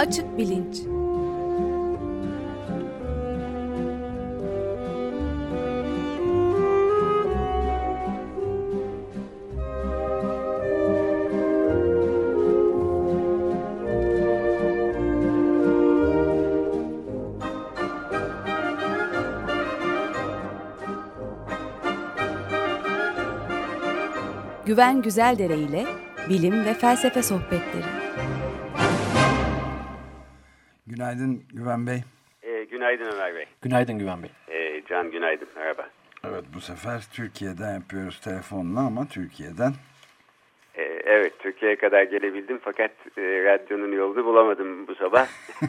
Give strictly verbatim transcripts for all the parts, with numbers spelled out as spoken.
Açık bilinç. Güven Güzeldere ile bilim ve felsefe sohbetleri. Günaydın Güven Bey. E, günaydın Ömer Bey. Günaydın Güven Bey. E, Can günaydın, merhaba. Evet, bu sefer Türkiye'den yapıyoruz telefonla ama Türkiye'den. E, evet, Türkiye'ye kadar gelebildim fakat e, radyonun yolunu bulamadım bu sabah.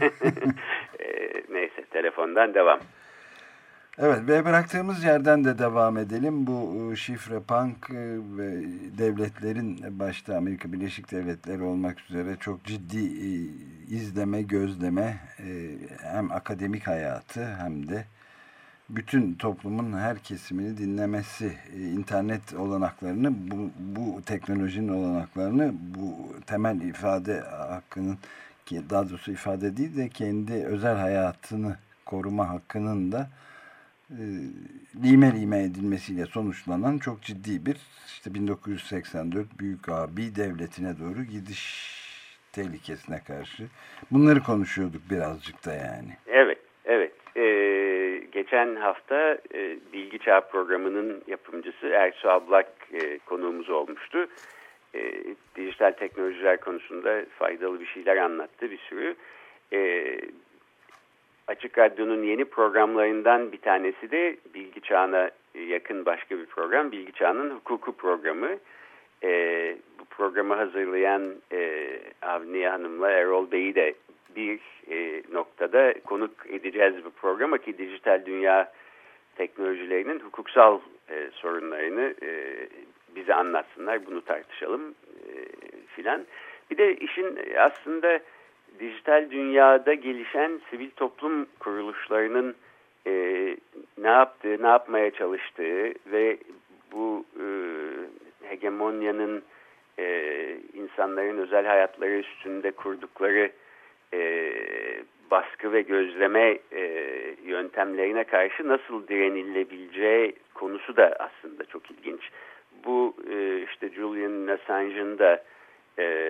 e, neyse, telefondan devam. Evet ve bıraktığımız yerden de devam edelim. Bu şifre punk ve devletlerin, başta Amerika Birleşik Devletleri olmak üzere çok ciddi izleme, gözleme, hem akademik hayatı hem de bütün toplumun her kesimini dinlemesi, internet olanaklarını, bu, bu teknolojinin olanaklarını, bu temel ifade hakkının, daha doğrusu ifade değil de kendi özel hayatını koruma hakkının da E, lime lime edilmesiyle sonuçlanan çok ciddi bir işte bin dokuz yüz seksen dört Büyük Abi Devleti'ne doğru gidiş tehlikesine karşı. Bunları konuşuyorduk birazcık da yani. Evet, evet. Ee, geçen hafta e, Bilgi Çağı programının yapımcısı Ersu Ablak e, konuğumuz olmuştu. E, dijital teknolojiler konusunda faydalı bir şeyler anlattı bir sürü. E, Açık Radyo'nun yeni programlarından bir tanesi de Bilgi Çağı'na yakın başka bir program. Bilgi Çağı'nın hukuku programı. Ee, bu programı hazırlayan e, Avniye Hanım'la Erol Bey'i de bir e, noktada konuk edeceğiz bu programa ki dijital dünya teknolojilerinin hukuksal e, sorunlarını e, bize anlatsınlar. Bunu tartışalım e, filan. Bir de işin aslında dijital dünyada gelişen sivil toplum kuruluşlarının e, ne yaptığı, ne yapmaya çalıştığı ve bu e, hegemonyanın e, insanların özel hayatları üstünde kurdukları e, baskı ve gözleme e, yöntemlerine karşı nasıl direnilebileceği konusu da aslında çok ilginç. Bu e, işte Julian Assange'ın da e,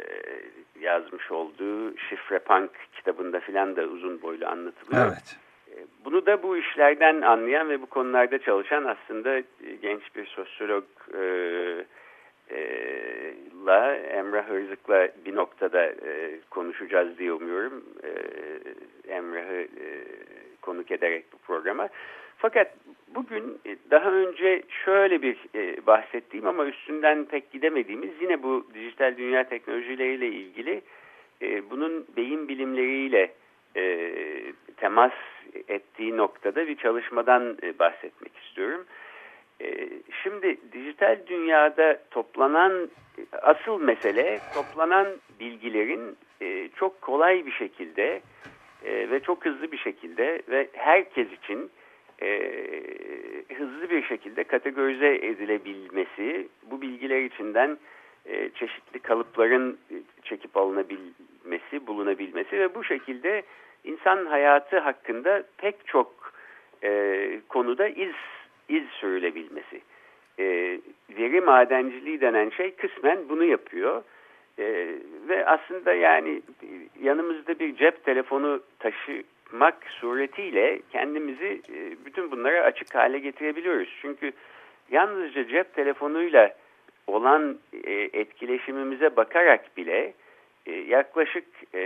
yazmış olduğu Şifre Punk kitabında filan da uzun boylu anlatılıyor. Evet. Bunu da bu işlerden anlayan ve bu konularda çalışan aslında genç bir sosyolog e, e, la Emrah Hırzık'la bir noktada e, konuşacağız diye umuyorum. E, Emrah'ı e, konuk ederek bu programa. Fakat bugün daha önce şöyle bir e, bahsettiğim ama üstünden pek gidemediğimiz yine bu dijital dünya teknolojileriyle ilgili e, bunun beyin bilimleriyle e, temas ettiği noktada bir çalışmadan e, bahsetmek istiyorum. E, şimdi dijital dünyada toplanan asıl mesele toplanan bilgilerin e, çok kolay bir şekilde e, ve çok hızlı bir şekilde ve herkes için E, hızlı bir şekilde kategorize edilebilmesi, bu bilgiler içinden e, çeşitli kalıpların çekip alınabilmesi, bulunabilmesi ve bu şekilde insan hayatı hakkında pek çok e, konuda iz iz sürülebilmesi. E, veri madenciliği denen şey kısmen bunu yapıyor. E, ve aslında yani yanımızda bir cep telefonu taşı suretiyle kendimizi bütün bunlara açık hale getirebiliyoruz. Çünkü yalnızca cep telefonuyla olan etkileşimimize bakarak bile yaklaşık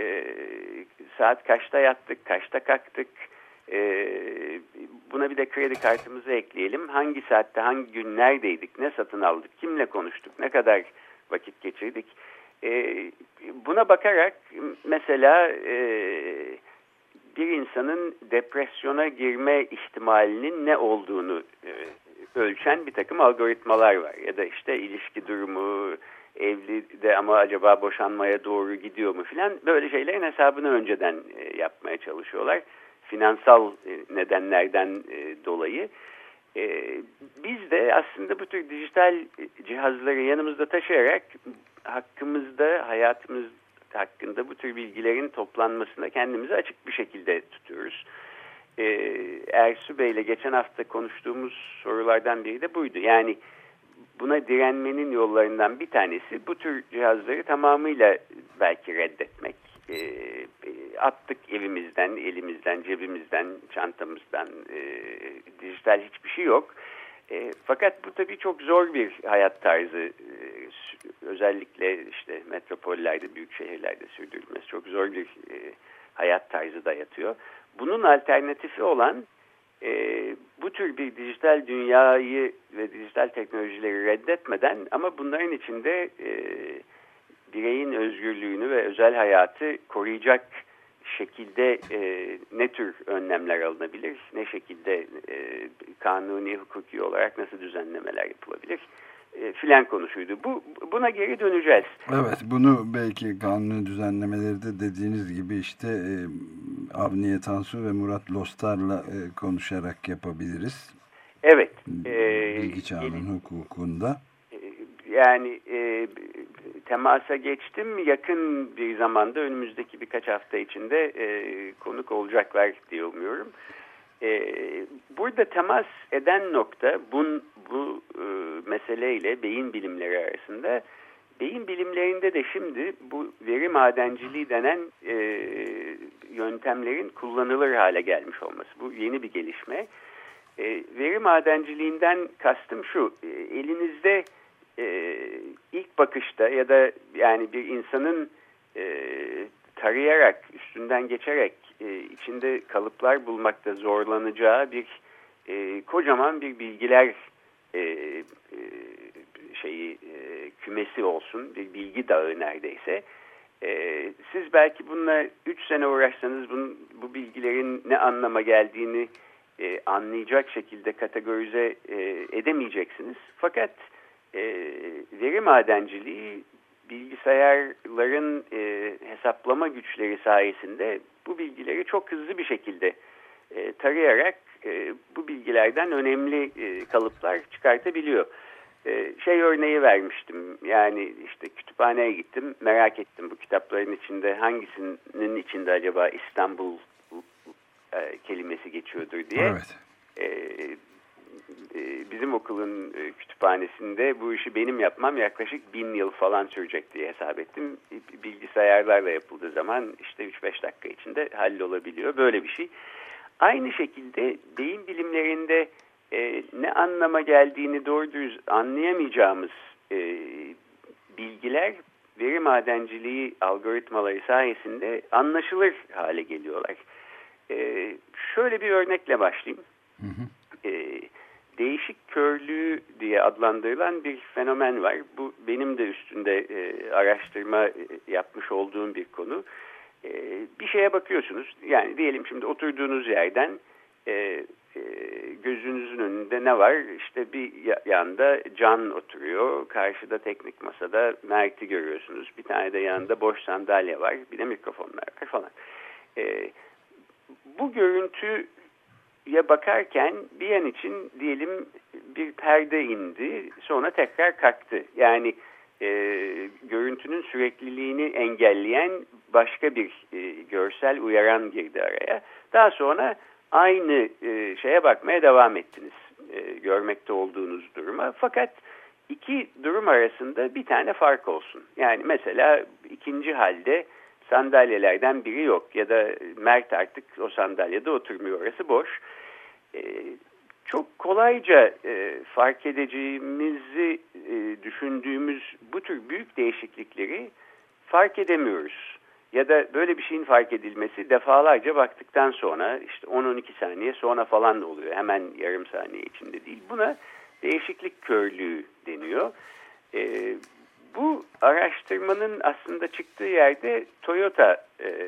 saat kaçta yattık, kaçta kalktık, buna bir de kredi kartımızı ekleyelim. Hangi saatte, hangi gün neredeydik, ne satın aldık, kimle konuştuk, ne kadar vakit geçirdik. Buna bakarak mesela bir insanın depresyona girme ihtimalinin ne olduğunu e, ölçen bir takım algoritmalar var. Ya da işte ilişki durumu, evli de ama acaba boşanmaya doğru gidiyor mu filan, böyle şeylerin hesabını önceden e, yapmaya çalışıyorlar. Finansal e, nedenlerden e, dolayı. E, biz de aslında bu tür dijital cihazları yanımızda taşıyarak hakkımızda, hayatımız hakkında bu tür bilgilerin toplanmasına kendimizi açık bir şekilde tutuyoruz. E, Ersu Bey'le geçen hafta konuştuğumuz sorulardan biri de buydu. Yani buna direnmenin yollarından bir tanesi bu tür cihazları tamamıyla belki reddetmek. E, attık evimizden, elimizden, cebimizden, çantamızdan, e, dijital hiçbir şey yok. E, fakat bu tabii çok zor bir hayat tarzı. E, özellikle işte metropollerde, büyük şehirlerde sürdürülmesi çok zor bir e, hayat tarzı dayatıyor. Bunun alternatifi olan e, bu tür bir dijital dünyayı ve dijital teknolojileri reddetmeden ama bunların içinde e, bireyin özgürlüğünü ve özel hayatı koruyacak şekilde e, ne tür önlemler alınabilir, ne şekilde e, kanuni, hukuki olarak nasıl düzenlemeler yapılabilir e, filan konuşuydu. Bu, buna geri döneceğiz. Evet, bunu belki kanuni düzenlemeleri de dediğiniz gibi işte e, Avniye Tansu ve Murat Lostar'la e, konuşarak yapabiliriz. Evet. E, Bilgi çağının hukukunda. E, yani e, temasa geçtim. Yakın bir zamanda önümüzdeki birkaç hafta içinde e, konuk olacaklar diye umuyorum. E, burada temas eden nokta bu, bu e, meseleyle beyin bilimleri arasında. Beyin bilimlerinde de şimdi bu veri madenciliği denen e, yöntemlerin kullanılır hale gelmiş olması. Bu yeni bir gelişme. E, veri madenciliğinden kastım şu. E, elinizde e, ilk bakışta ya da yani bir insanın e, tarayarak, üstünden geçerek e, içinde kalıplar bulmakta zorlanacağı bir e, kocaman bir bilgiler e, e, şeyi e, kümesi olsun, bir bilgi dağı neredeyse. E, siz belki bununla üç sene uğraşsanız bunun, bu bilgilerin ne anlama geldiğini e, anlayacak şekilde kategorize e, edemeyeceksiniz. Fakat e, veri madenciliği bilgisayarların e, hesaplama güçleri sayesinde bu bilgileri çok hızlı bir şekilde e, tarayarak e, bu bilgilerden önemli e, kalıplar çıkartabiliyor. E, şey örneği vermiştim, yani işte kütüphaneye gittim, merak ettim bu kitapların içinde hangisinin içinde acaba İstanbul e, kelimesi geçiyordur diye. Evet. E, e, bizim okulun e, kütüphanesinde bu işi benim yapmam yaklaşık bin yıl falan sürecek diye hesap ettim. Bilgisayarlarla yapıldığı zaman işte üç beş dakika içinde hallolabiliyor. Böyle bir şey. Aynı şekilde beyin bilimlerinde e, ne anlama geldiğini doğru düz anlayamayacağımız e, bilgiler veri madenciliği algoritmaları sayesinde anlaşılır hale geliyorlar. E, şöyle bir örnekle başlayayım. Hı hı. E, değişik körlüğü diye adlandırılan bir fenomen var. Bu benim de üstünde e, araştırma e, yapmış olduğum bir konu. E, bir şeye bakıyorsunuz. Yani diyelim şimdi oturduğunuz yerden e, e, gözünüzün önünde ne var? İşte bir yanda Can oturuyor. Karşıda teknik masada Mert'i görüyorsunuz. Bir tane de yanında boş sandalye var. Bir de mikrofonlar var falan. E, bu görüntü ya bakarken bir an için diyelim bir perde indi, sonra tekrar kalktı. Yani e, görüntünün sürekliliğini engelleyen başka bir e, görsel uyaran girdi araya. Daha sonra aynı e, şeye bakmaya devam ettiniz, e, görmekte olduğunuz duruma. Fakat iki durum arasında bir tane fark olsun. Yani mesela ikinci halde sandalyelerden biri yok ya da Mert artık o sandalyede oturmuyor, orası boş. Ee, çok kolayca e, fark edeceğimizi e, düşündüğümüz bu tür büyük değişiklikleri fark edemiyoruz. Ya da böyle bir şeyin fark edilmesi defalarca baktıktan sonra işte on on iki saniye sonra falan da oluyor. Hemen yarım saniye içinde değil. Buna değişiklik körlüğü deniyor. Ee, Bu araştırmanın aslında çıktığı yerde Toyota e, e,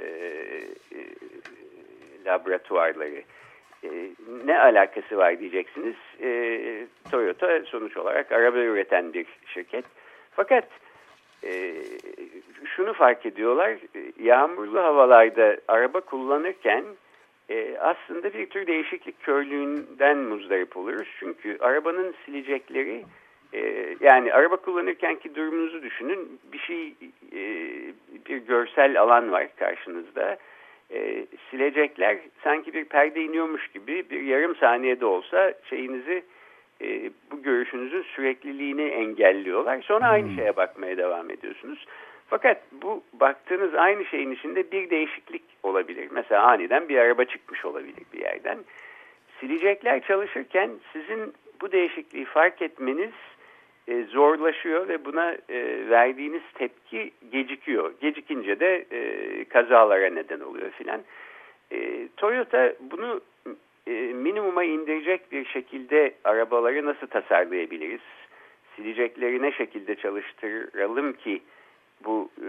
laboratuvarları. E, ne alakası var diyeceksiniz. E, Toyota sonuç olarak araba üreten bir şirket. Fakat e, şunu fark ediyorlar. Yağmurlu havalarda araba kullanırken e, aslında bir tür değişiklik körlüğünden muzdarip oluruz. Çünkü arabanın silecekleri E, yani araba kullanırkenki durumunuzu düşünün. Bir şey, e, bir görsel alan var karşınızda. E, silecekler sanki bir perde iniyormuş gibi bir yarım saniyede olsa şeyinizi, e, bu görüşünüzün sürekliliğini engelliyorlar. Sonra aynı şeye bakmaya devam ediyorsunuz. Fakat bu baktığınız aynı şeyin içinde bir değişiklik olabilir. Mesela aniden bir araba çıkmış olabilir bir yerden. Silecekler çalışırken sizin bu değişikliği fark etmeniz e, zorlaşıyor ve buna e, verdiğiniz tepki gecikiyor. Gecikince de e, kazalara neden oluyor filan. E, Toyota bunu e, minimuma indirecek bir şekilde arabaları nasıl tasarlayabiliriz? Silecekleri ne şekilde çalıştıralım ki bu e,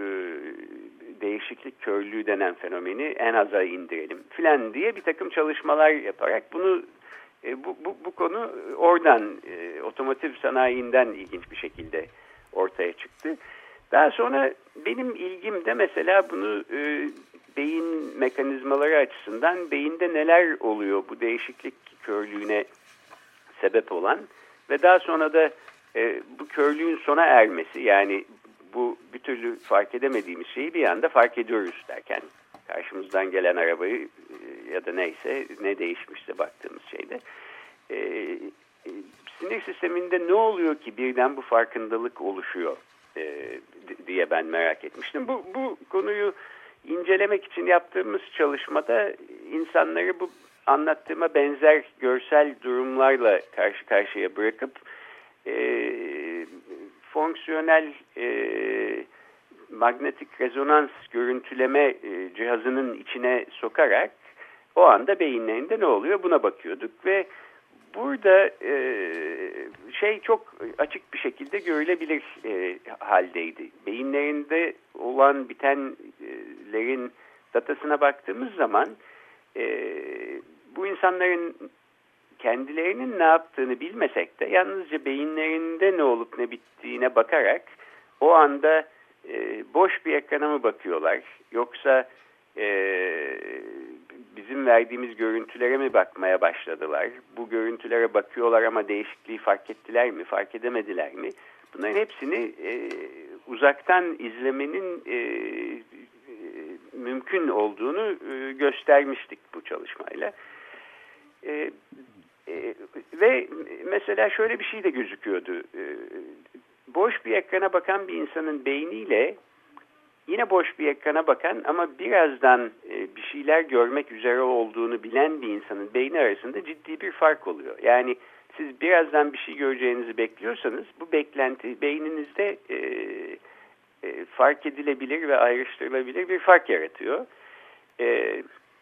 değişiklik körlüğü denen fenomeni en aza indirelim filan diye bir takım çalışmalar yaparak bunu e, bu, bu, bu konu oradan e, otomotiv sanayinden ilginç bir şekilde ortaya çıktı. Daha sonra benim ilgim de mesela bunu e, beyin mekanizmaları açısından beyinde neler oluyor bu değişiklik körlüğüne sebep olan ve daha sonra da e, bu körlüğün sona ermesi, yani bu bir türlü fark edemediğimiz şeyi bir anda fark ediyoruz derken karşımızdan gelen arabayı e, ya da neyse ne değişmişse baktığımız şeyde e, e, sinir sisteminde ne oluyor ki birden bu farkındalık oluşuyor e, diye ben merak etmiştim. Bu, bu konuyu incelemek için yaptığımız çalışmada insanları bu anlattığıma benzer görsel durumlarla karşı karşıya bırakıp e, fonksiyonel e, magnetik rezonans görüntüleme e, cihazının içine sokarak o anda beyinlerinde ne oluyor buna bakıyorduk ve burada e, şey çok açık bir şekilde görülebilir e, haldeydi. Beyinlerinde olan bitenlerin datasına baktığımız zaman e, bu insanların kendilerinin ne yaptığını bilmesek de yalnızca beyinlerinde ne olup ne bittiğine bakarak o anda e, boş bir ekrana mı bakıyorlar yoksa e, bizim verdiğimiz görüntülere mi bakmaya başladılar? Bu görüntülere bakıyorlar ama değişikliği fark ettiler mi, fark edemediler mi? Bunların hepsini e, uzaktan izlemenin e, e, mümkün olduğunu e, göstermiştik bu çalışmayla. E, e, ve mesela şöyle bir şey de gözüküyordu. E, boş bir ekrana bakan bir insanın beyniyle yine boş bir ekrana bakan ama birazdan e, bir şeyler görmek üzere olduğunu bilen bir insanın beyni arasında ciddi bir fark oluyor. Yani siz birazdan bir şey göreceğinizi bekliyorsanız bu beklenti beyninizde e, e, fark edilebilir ve ayrıştırılabilir bir fark yaratıyor. E,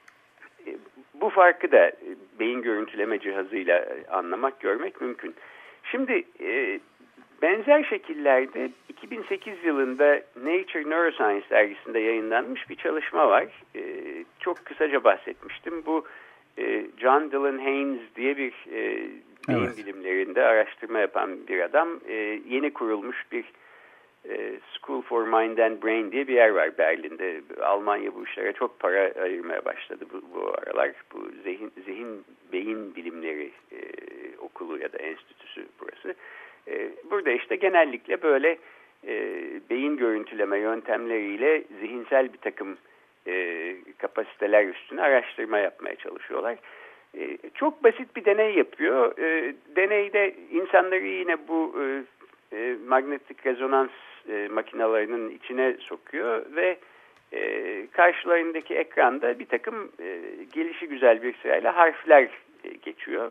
bu farkı da beyin görüntüleme cihazıyla anlamak, görmek mümkün. Şimdi e, benzer şekillerde iki bin sekiz yılında Nature Neuroscience dergisinde yayınlanmış bir çalışma var. E, çok kısaca bahsetmiştim. Bu e, John Dylan Haynes diye bir e, beyin evet. bilimlerinde araştırma yapan bir adam. E, yeni kurulmuş bir e, School for Mind and Brain diye bir yer var Berlin'de. Almanya bu işlere çok para ayırmaya başladı bu, bu aralar. Bu zihin, zihin beyin bilimleri e, okulu ya da enstitüsü burası. Burada işte genellikle böyle e, beyin görüntüleme yöntemleriyle zihinsel bir takım e, kapasiteler üstüne araştırma yapmaya çalışıyorlar. E, çok basit bir deney yapıyor. E, deneyde insanları yine bu e, e, magnetik rezonans e, makinalarının içine sokuyor ve e, karşılarındaki ekranda bir takım e, gelişigüzel bir sırayla harfler e, geçiyor.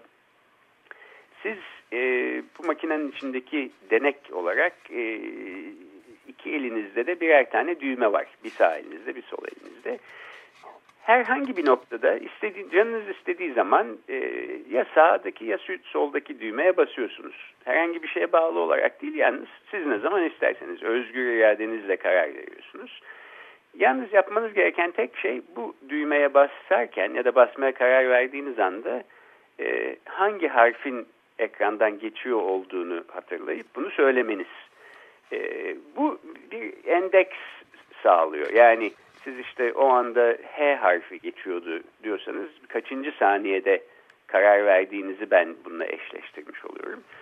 Siz e, bu makinenin içindeki denek olarak e, iki elinizde de birer tane düğme var. Bir sağ elinizde, bir sol elinizde. Herhangi bir noktada istediği, canınız istediği zaman e, ya sağdaki ya soldaki düğmeye basıyorsunuz. Herhangi bir şeye bağlı olarak değil, yalnız siz ne zaman isterseniz özgür iradenizle karar veriyorsunuz. Yalnız yapmanız gereken tek şey bu düğmeye basarken ya da basmaya karar verdiğiniz anda e, hangi harfin ekrandan geçiyor olduğunu hatırlayıp bunu söylemeniz. E, bu bir endeks sağlıyor. Yani siz işte o anda H harfi geçiyordu diyorsanız kaçıncı saniyede karar verdiğinizi ben bununla eşleştirmiş oluyorum.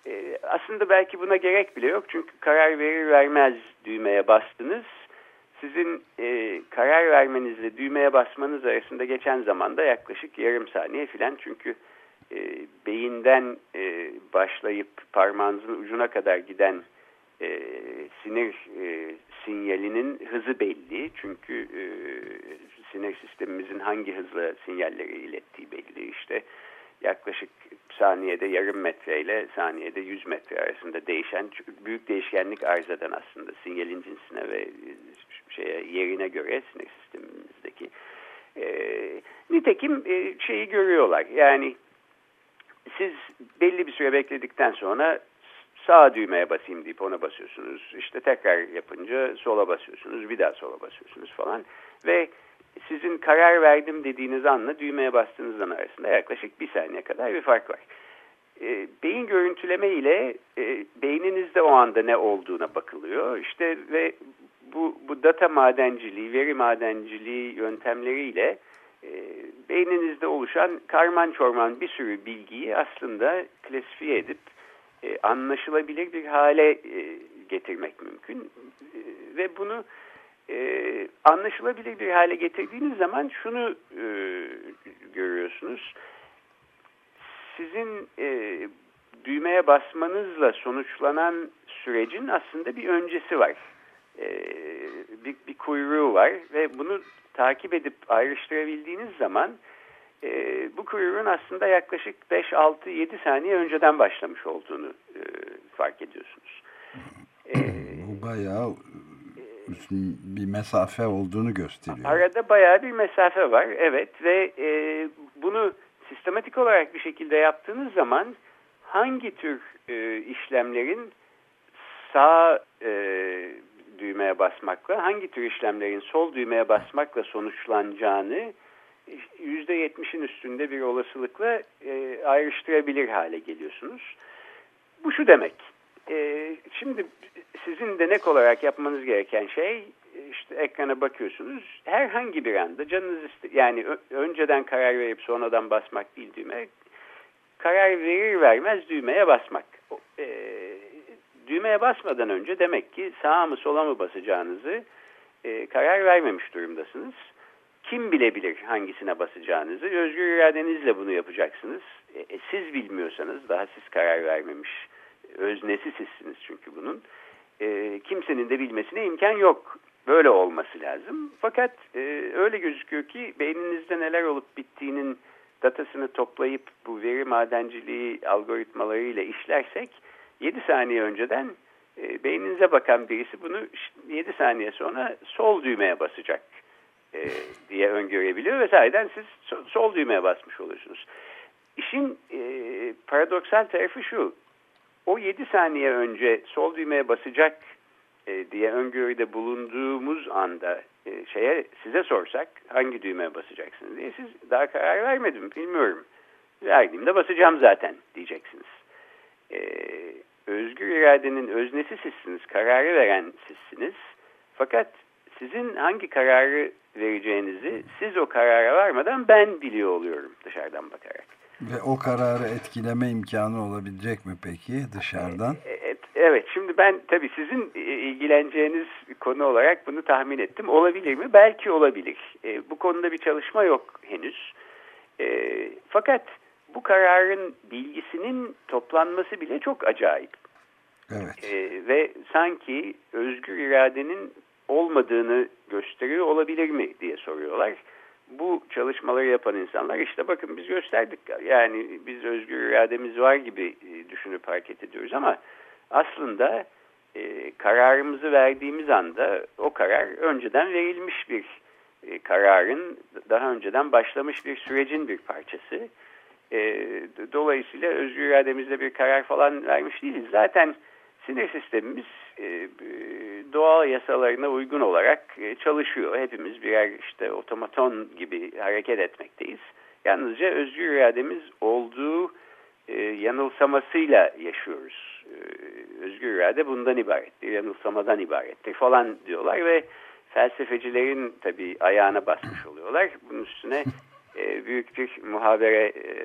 E, aslında belki buna gerek bile yok. Çünkü karar verir vermez düğmeye bastınız. Sizin e, karar vermenizle düğmeye basmanız arasında geçen zamanda yaklaşık yarım saniye filan. Çünkü e, beyinden e, başlayıp parmağınızın ucuna kadar giden e, sinir e, sinyalinin hızı belli. Çünkü e, sinir sistemimizin hangi hızla sinyalleri ilettiği belli. İşte yaklaşık saniyede yarım metre ile saniyede yüz metre arasında değişen büyük değişkenlik arz eden aslında sinyalin cinsine ve şeye, yerine göre sinir sistemimizdeki. E, nitekim e, şeyi görüyorlar. Yani siz belli bir süre bekledikten sonra sağ düğmeye basayım deyip ona basıyorsunuz. İşte tekrar yapınca sola basıyorsunuz, bir daha sola basıyorsunuz falan. Ve sizin karar verdim dediğiniz anla düğmeye bastığınız an arasında yaklaşık bir saniye kadar bir fark var. E, beyin görüntüleme ile e, beyninizde o anda ne olduğuna bakılıyor. İşte ve bu, bu data madenciliği, veri madenciliği yöntemleriyle e, beyninizde oluşan karman çorman bir sürü bilgiyi aslında klasifiye edip e, anlaşılabilir bir hale e, getirmek mümkün. E, ve bunu e, anlaşılabilir bir hale getirdiğiniz zaman şunu e, görüyorsunuz. Sizin e, düğmeye basmanızla sonuçlanan sürecin aslında bir öncesi var. E, bir, bir kuyruğu var ve bunu takip edip ayrıştırabildiğiniz zaman e, bu kuyruğun aslında yaklaşık beş altı yedi saniye önceden başlamış olduğunu e, fark ediyorsunuz. E, bu bayağı bir mesafe olduğunu gösteriyor. Arada bayağı bir mesafe var, evet, ve e, bunu sistematik olarak bir şekilde yaptığınız zaman hangi tür e, işlemlerin sağ e, düğmeye basmakla, hangi tür işlemlerin sol düğmeye basmakla sonuçlanacağını yüzde yetmişin üstünde bir olasılıkla e, ayrıştırabilir hale geliyorsunuz. Bu şu demek. E, şimdi sizin denek olarak yapmanız gereken şey, işte ekrana bakıyorsunuz. Herhangi bir anda canınız iste, yani önceden karar verip sonradan basmak değil düğme. Karar verir vermez düğmeye basmak. E, düğmeye basmadan önce demek ki sağa mı sola mı basacağınızı e, karar vermemiş durumdasınız. Kim bilebilir hangisine basacağınızı? Özgür iradenizle bunu yapacaksınız. E, siz bilmiyorsanız, daha siz karar vermemiş, öznesi sizsiniz çünkü bunun. E, kimsenin de bilmesine imkan yok. Böyle olması lazım. Fakat e, öyle gözüküyor ki beyninizde neler olup bittiğinin datasını toplayıp bu veri madenciliği algoritmalarıyla işlersek yedi saniye önceden e, beyninize bakan birisi bunu yedi saniye sonra sol düğmeye basacak e, diye öngörebiliyor ve sahiden siz sol, sol düğmeye basmış oluyorsunuz. İşin e, paradoksal tarafı şu: o yedi saniye önce sol düğmeye basacak e, diye öngörüde bulunduğumuz anda e, şeye size sorsak hangi düğmeye basacaksınız diye, siz daha karar vermedim, bilmiyorum. Verdiğimde basacağım zaten diyeceksiniz. E, özgür iradenin öznesi sizsiniz, kararı veren sizsiniz. Fakat sizin hangi kararı vereceğinizi siz o karara varmadan ben biliyor oluyorum dışarıdan bakarak. Ve o kararı etkileme imkanı olabilecek mi peki dışarıdan? Evet, evet. Şimdi ben tabii sizin ilgileneceğiniz konu olarak bunu tahmin ettim. Olabilir mi? Belki olabilir. E, bu konuda bir çalışma yok henüz. E, fakat bu kararın bilgisinin toplanması bile çok acayip. Evet. E, ve sanki özgür iradenin olmadığını gösteriyor olabilir mi diye soruyorlar. Bu çalışmaları yapan insanlar, işte bakın biz gösterdik, yani biz özgür irademiz var gibi düşünüp hareket ediyoruz ama aslında e, kararımızı verdiğimiz anda o karar önceden verilmiş bir e, kararın, daha önceden başlamış bir sürecin bir parçası. E, dolayısıyla özgür irademizle bir karar falan vermiş değiliz. Zaten sinir sistemimiz e, doğal yasalarına uygun olarak e, çalışıyor. Hepimiz birer işte otomaton gibi hareket etmekteyiz. Yalnızca özgür irademiz olduğu e, yanılsamasıyla yaşıyoruz. E, özgür irade bundan ibarettir, yanılsamadan ibarettir falan diyorlar ve felsefecilerin tabii ayağına basmış oluyorlar. Bunun üstüne e, büyük bir muhabere, e,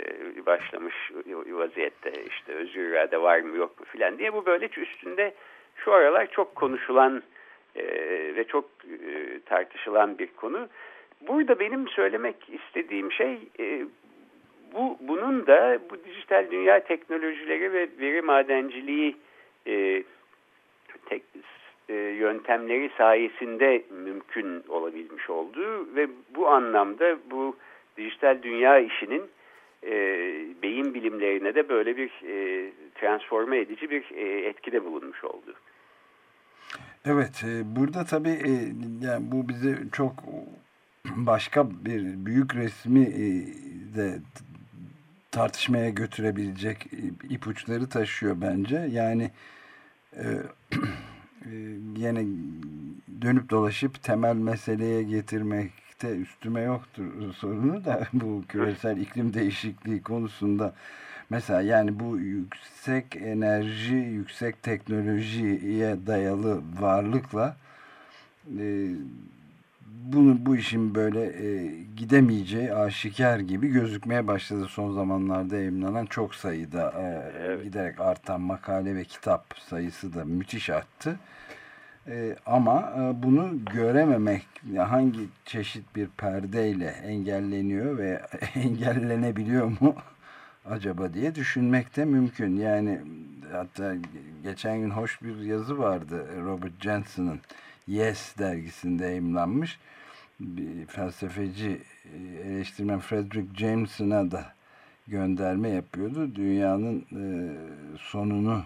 başlamış vaziyette. İşte özgür irade var mı yok mu filan diye. Bu böyle üstünde şu aralar çok konuşulan e, ve çok e, tartışılan bir konu. Burada benim söylemek istediğim şey e, bu bunun da bu dijital dünya teknolojileri ve veri madenciliği e, tek, e, yöntemleri sayesinde mümkün olabilmiş olduğu ve bu anlamda bu dijital dünya işinin e, beyin bilimlerine de böyle bir e, transforme edici bir e, etkide bulunmuş oldu. Evet, e, burada tabii e, yani bu bize çok başka bir büyük resmi e, de tartışmaya götürebilecek ipuçları taşıyor bence. Yani e, yine dönüp dolaşıp temel meseleye getirmekte üstüme yoktur sorunu da bu küresel iklim değişikliği konusunda mesela yani bu yüksek enerji, yüksek teknolojiye dayalı varlıkla e, bunu bu işin böyle e, gidemeyeceği aşikar gibi gözükmeye başladı son zamanlarda yayımlanan çok sayıda e, evet. giderek artan makale ve kitap sayısı da müthiş arttı. E, ama e, bunu görememek hangi çeşit bir perdeyle engelleniyor ve engellenebiliyor mu acaba diye düşünmek de mümkün. Yani hatta geçen gün hoş bir yazı vardı Robert Jenson'ın Yes dergisinde yayımlanmış. Bir felsefeci eleştirmen Frederick Jameson'a da gönderme yapıyordu. Dünyanın e, sonunu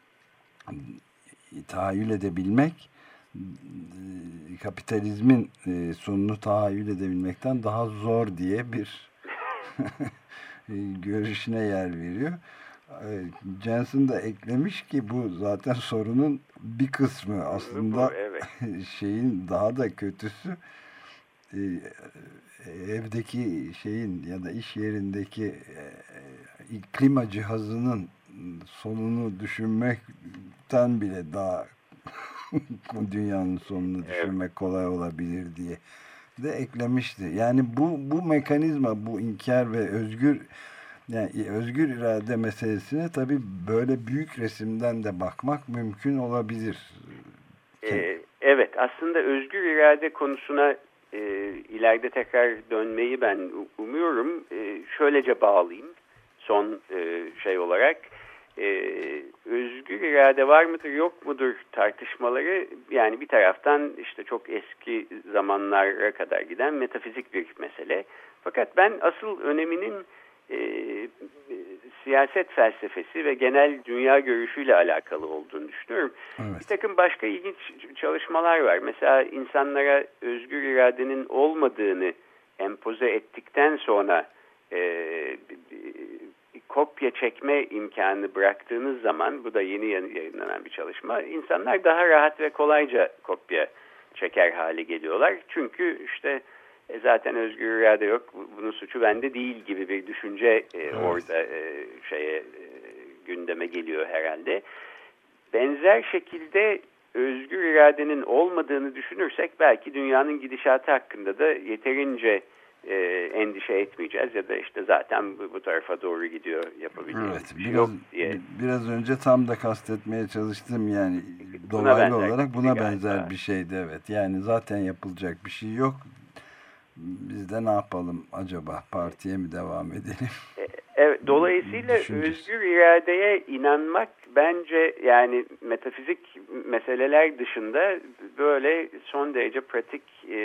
tahayyül edebilmek e, kapitalizmin e, sonunu tahayyül edebilmekten daha zor diye bir görüşüne yer veriyor. Jensen da eklemiş ki bu zaten sorunun bir kısmı aslında bu, evet. şeyin daha da kötüsü e, evdeki şeyin ya da iş yerindeki e, klima cihazının sonunu düşünmekten bile daha dünyanın sonunu düşünmek evet. kolay olabilir diye de eklemişti. Yani bu bu mekanizma, bu inkar ve özgür yani özgür irade meselesine tabii böyle büyük resimden de bakmak mümkün olabilir. Ee, evet, aslında özgür irade konusuna e, ileride tekrar dönmeyi ben umuyorum. E, şöylece bağlayayım son e, şey olarak. E, özgür irade var mıdır yok mudur tartışmaları yani bir taraftan işte çok eski zamanlara kadar giden metafizik bir mesele. Fakat ben asıl öneminin E, e, siyaset felsefesi ve genel dünya görüşüyle alakalı olduğunu düşünüyorum. Evet. Bir takım başka ilginç çalışmalar var. Mesela insanlara özgür iradenin olmadığını empoze ettikten sonra e, kopya çekme imkanı bıraktığınız zaman, bu da yeni yayınlanan bir çalışma, insanlar daha rahat ve kolayca kopya çeker hale geliyorlar. Çünkü işte E zaten özgür irade yok, bunun suçu bende değil gibi bir düşünce e, evet. orada e, şeye e, gündeme geliyor herhalde. Benzer şekilde özgür iradenin olmadığını düşünürsek belki dünyanın gidişatı hakkında da yeterince e, endişe etmeyeceğiz ya da işte zaten bu, bu tarafa doğru gidiyor, yapabileceğimiz evet, bir şey biraz, yok diye. Biraz önce tam da kastetmeye çalıştım yani dolaylı olarak buna benzer galiba. Bir şeydi evet. Yani zaten yapılacak bir şey yok. Biz de ne yapalım acaba? Partiye mi devam edelim? Evet, dolayısıyla özgür iradeye inanmak bence yani metafizik meseleler dışında böyle son derece pratik e,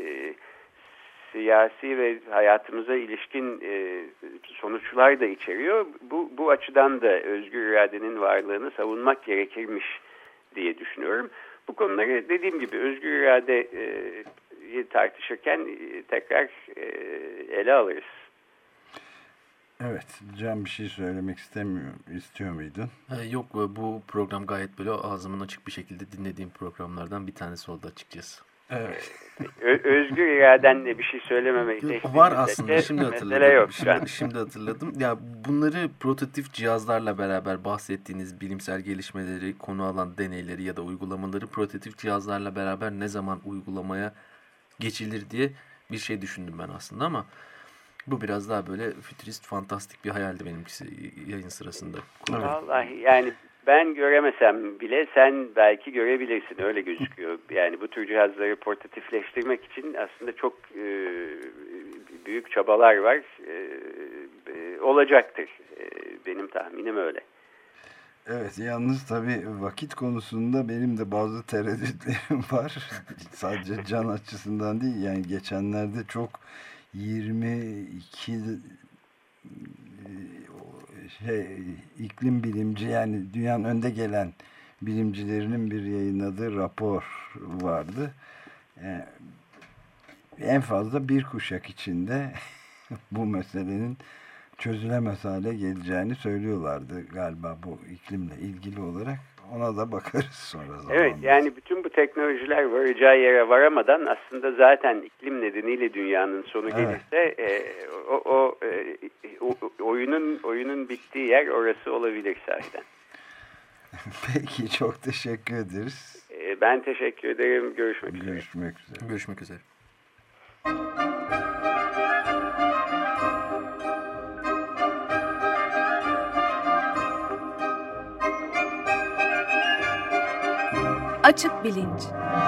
siyasi ve hayatımıza ilişkin e, sonuçlar da içeriyor. Bu, bu açıdan da özgür iradenin varlığını savunmak gerekirmiş diye düşünüyorum. Bu konuları dediğim gibi özgür irade e, tartışırken tekrar ele alırız. Evet, Can bir şey söylemek istemiyor, istiyor muydun? Yok, bu program gayet böyle ağzımın açık bir şekilde dinlediğim programlardan bir tanesi oldu açıkçası. Evet. Özgür iradenle bir şey söylememeyi tehdit var aslında, şimdi hatırladım. Yok şimdi, şimdi hatırladım. Ya bunları prototip cihazlarla beraber bahsettiğiniz bilimsel gelişmeleri, konu alan deneyleri ya da uygulamaları prototip cihazlarla beraber ne zaman uygulamaya geçilir diye bir şey düşündüm ben aslında ama Bu biraz daha böyle fütürist, fantastik bir hayaldi benimkisi yayın sırasında. Evet. Vallahi yani ben göremesem bile sen belki görebilirsin, öyle gözüküyor. Yani bu tür cihazları portatifleştirmek için aslında çok e, büyük çabalar var. E, e, olacaktır. E, benim tahminim öyle. Evet, yalnız tabii vakit konusunda benim de bazı tereddütlerim var. Sadece can açısından değil, yani geçenlerde çok yirmi iki şey, iklim bilimci, yani dünyanın önde gelen bilimcilerinin bir yayınladığı rapor vardı. Yani en fazla bir kuşak içinde bu meselenin çözülemez hale geleceğini söylüyorlardı galiba bu iklimle ilgili olarak. Ona da bakarız sonra zamanla. Evet, yani bütün bu teknolojiler varacağı yere varamadan aslında zaten iklim nedeniyle dünyanın sonu evet. gelirse e, o, o, e, o oyunun oyunun bittiği yer orası olabilir sahiden. Peki, çok teşekkür ederiz. E, ben teşekkür ederim. Görüşmek üzere. Görüşmek üzere. Görüşmek üzere. Açık Bilinç.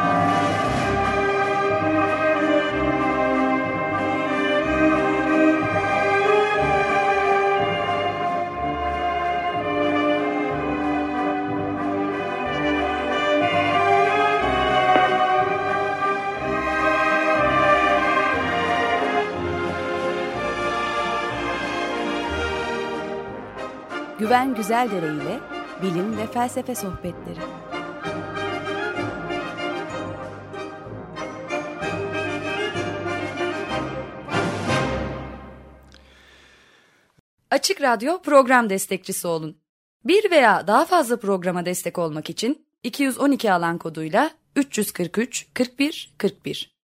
Güven Güzeldere ile bilim ve felsefe sohbetleri. Açık Radyo program destekçisi olun. Bir veya daha fazla programa destek olmak için iki yüz on iki alan koduyla üç yüz kırk üç kırk bir kırk bir